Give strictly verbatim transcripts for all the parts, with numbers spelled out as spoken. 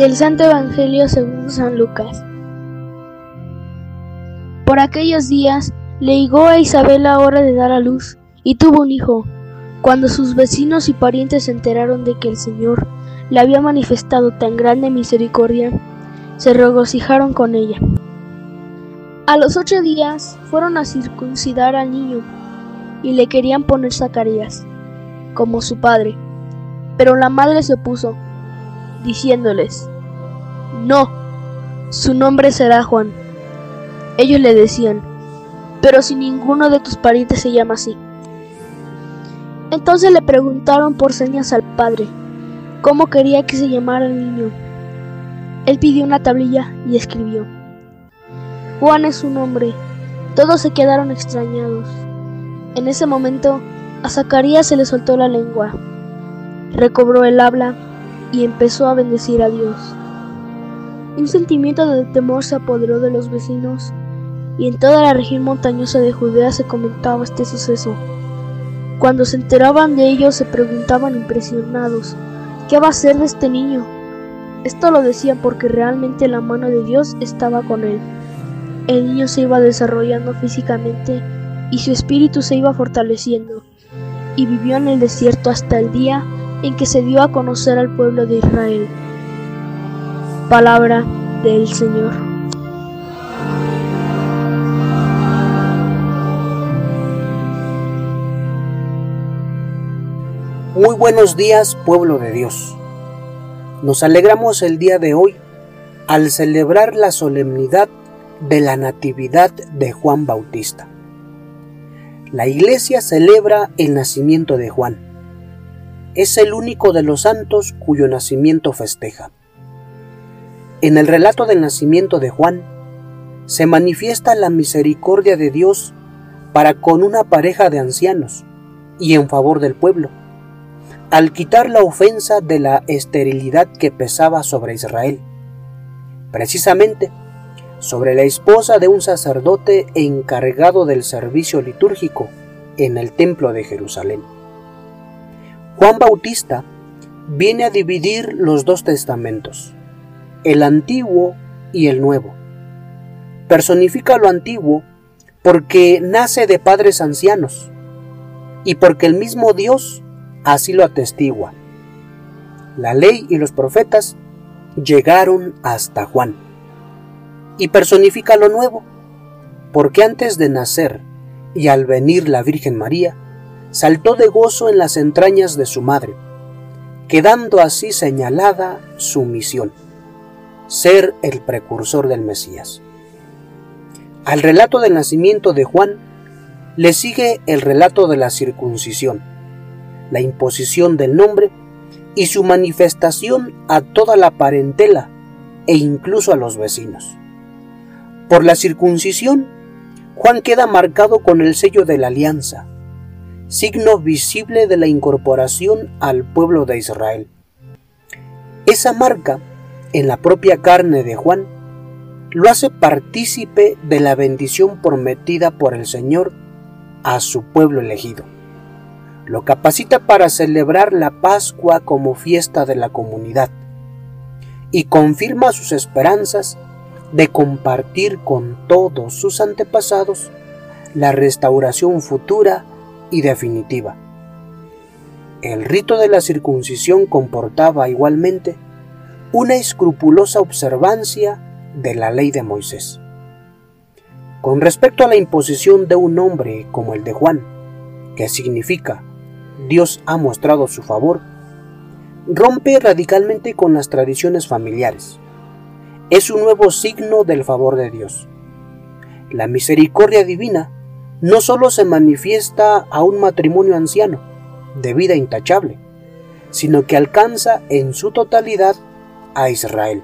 Del Santo Evangelio según San Lucas. Por aquellos días le llegó a Isabel la hora de dar a luz, y tuvo un hijo. Cuando sus vecinos y parientes se enteraron de que el Señor le había manifestado tan grande misericordia, se regocijaron con ella. A los ocho días fueron a circuncidar al niño, y le querían poner Zacarías, como su padre. Pero la madre se opuso, diciéndoles: «No, su nombre será Juan». Ellos le decían: «Pero si ninguno de tus parientes se llama así». Entonces le preguntaron por señas al padre cómo quería que se llamara el niño. Él pidió una tablilla y escribió: «Juan es su nombre». Todos se quedaron extrañados. En ese momento a Zacarías se le soltó la lengua, recobró el habla y empezó a bendecir a Dios. Un sentimiento de temor se apoderó de los vecinos, y en toda la región montañosa de Judea se comentaba este suceso. Cuando se enteraban de ello, se preguntaban impresionados: ¿qué va a ser de este niño? Esto lo decían porque realmente la mano de Dios estaba con él. El niño se iba desarrollando físicamente y su espíritu se iba fortaleciendo, y vivió en el desierto hasta el día en que se dio a conocer al pueblo de Israel. Palabra del Señor. Muy buenos días, pueblo de Dios. Nos alegramos el día de hoy al celebrar la solemnidad de la Natividad de Juan Bautista. La Iglesia celebra el nacimiento de Juan. Es el único de los santos cuyo nacimiento festeja. En el relato del nacimiento de Juan se manifiesta la misericordia de Dios para con una pareja de ancianos y en favor del pueblo, al quitar la ofensa de la esterilidad que pesaba sobre Israel, precisamente sobre la esposa de un sacerdote encargado del servicio litúrgico en el templo de Jerusalén. Juan Bautista viene a dividir los dos testamentos, el antiguo y el nuevo. Personifica lo antiguo porque nace de padres ancianos y porque el mismo Dios así lo atestigua. La ley y los profetas llegaron hasta Juan. Y personifica lo nuevo, porque antes de nacer y al venir la Virgen María, saltó de gozo en las entrañas de su madre, quedando así señalada su misión: ser el precursor del Mesías. Al relato del nacimiento de Juan le sigue el relato de la circuncisión, la imposición del nombre y su manifestación a toda la parentela e incluso a los vecinos. Por la circuncisión, Juan queda marcado con el sello de la alianza, signo visible de la incorporación al pueblo de Israel. Esa marca, en la propia carne de Juan, lo hace partícipe de la bendición prometida por el Señor a su pueblo elegido. Lo capacita para celebrar la Pascua como fiesta de la comunidad y confirma sus esperanzas de compartir con todos sus antepasados la restauración futura y definitiva. El rito de la circuncisión comportaba igualmente una escrupulosa observancia de la ley de Moisés. Con respecto a la imposición de un nombre como el de Juan, que significa Dios ha mostrado su favor, rompe radicalmente con las tradiciones familiares. Es un nuevo signo del favor de Dios. La misericordia divina no solo se manifiesta a un matrimonio anciano, de vida intachable, sino que alcanza en su totalidad a Israel.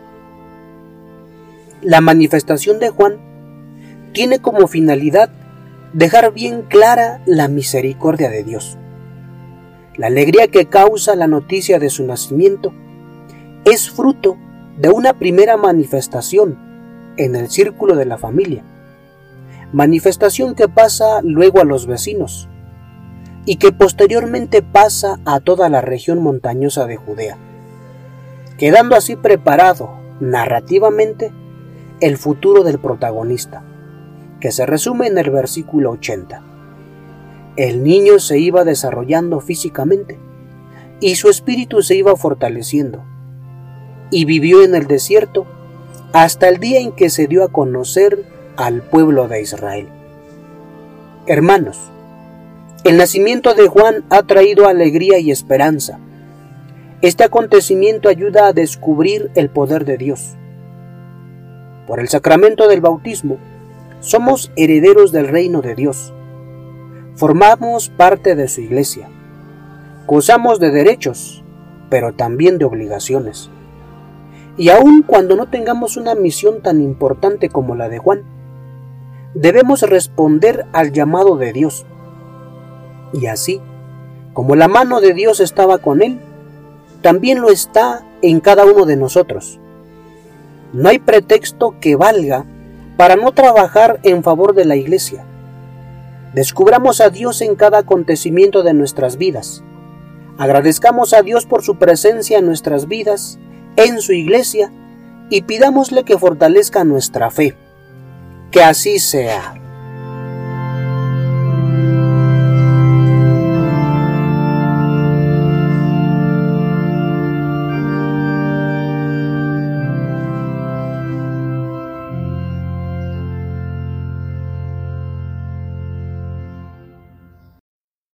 La manifestación de Juan tiene como finalidad dejar bien clara la misericordia de Dios. La alegría que causa la noticia de su nacimiento es fruto de una primera manifestación en el círculo de la familia, manifestación que pasa luego a los vecinos y que posteriormente pasa a toda la región montañosa de Judea. quedando así preparado narrativamente el futuro del protagonista, que se resume en el versículo ochenta. El niño se iba desarrollando físicamente y su espíritu se iba fortaleciendo, y vivió en el desierto hasta el día en que se dio a conocer al pueblo de Israel. Hermanos, el nacimiento de Juan ha traído alegría y esperanza. Este acontecimiento ayuda a descubrir el poder de Dios. Por el sacramento del bautismo, somos herederos del reino de Dios. Formamos parte de su iglesia. Gozamos de derechos, pero también de obligaciones. Y aun cuando no tengamos una misión tan importante como la de Juan, debemos responder al llamado de Dios. Y así, como la mano de Dios estaba con él, también lo está en cada uno de nosotros. No hay pretexto que valga para no trabajar en favor de la iglesia. Descubramos a Dios en cada acontecimiento de nuestras vidas. Agradezcamos a Dios por su presencia en nuestras vidas, en su iglesia, y pidámosle que fortalezca nuestra fe. Que así sea.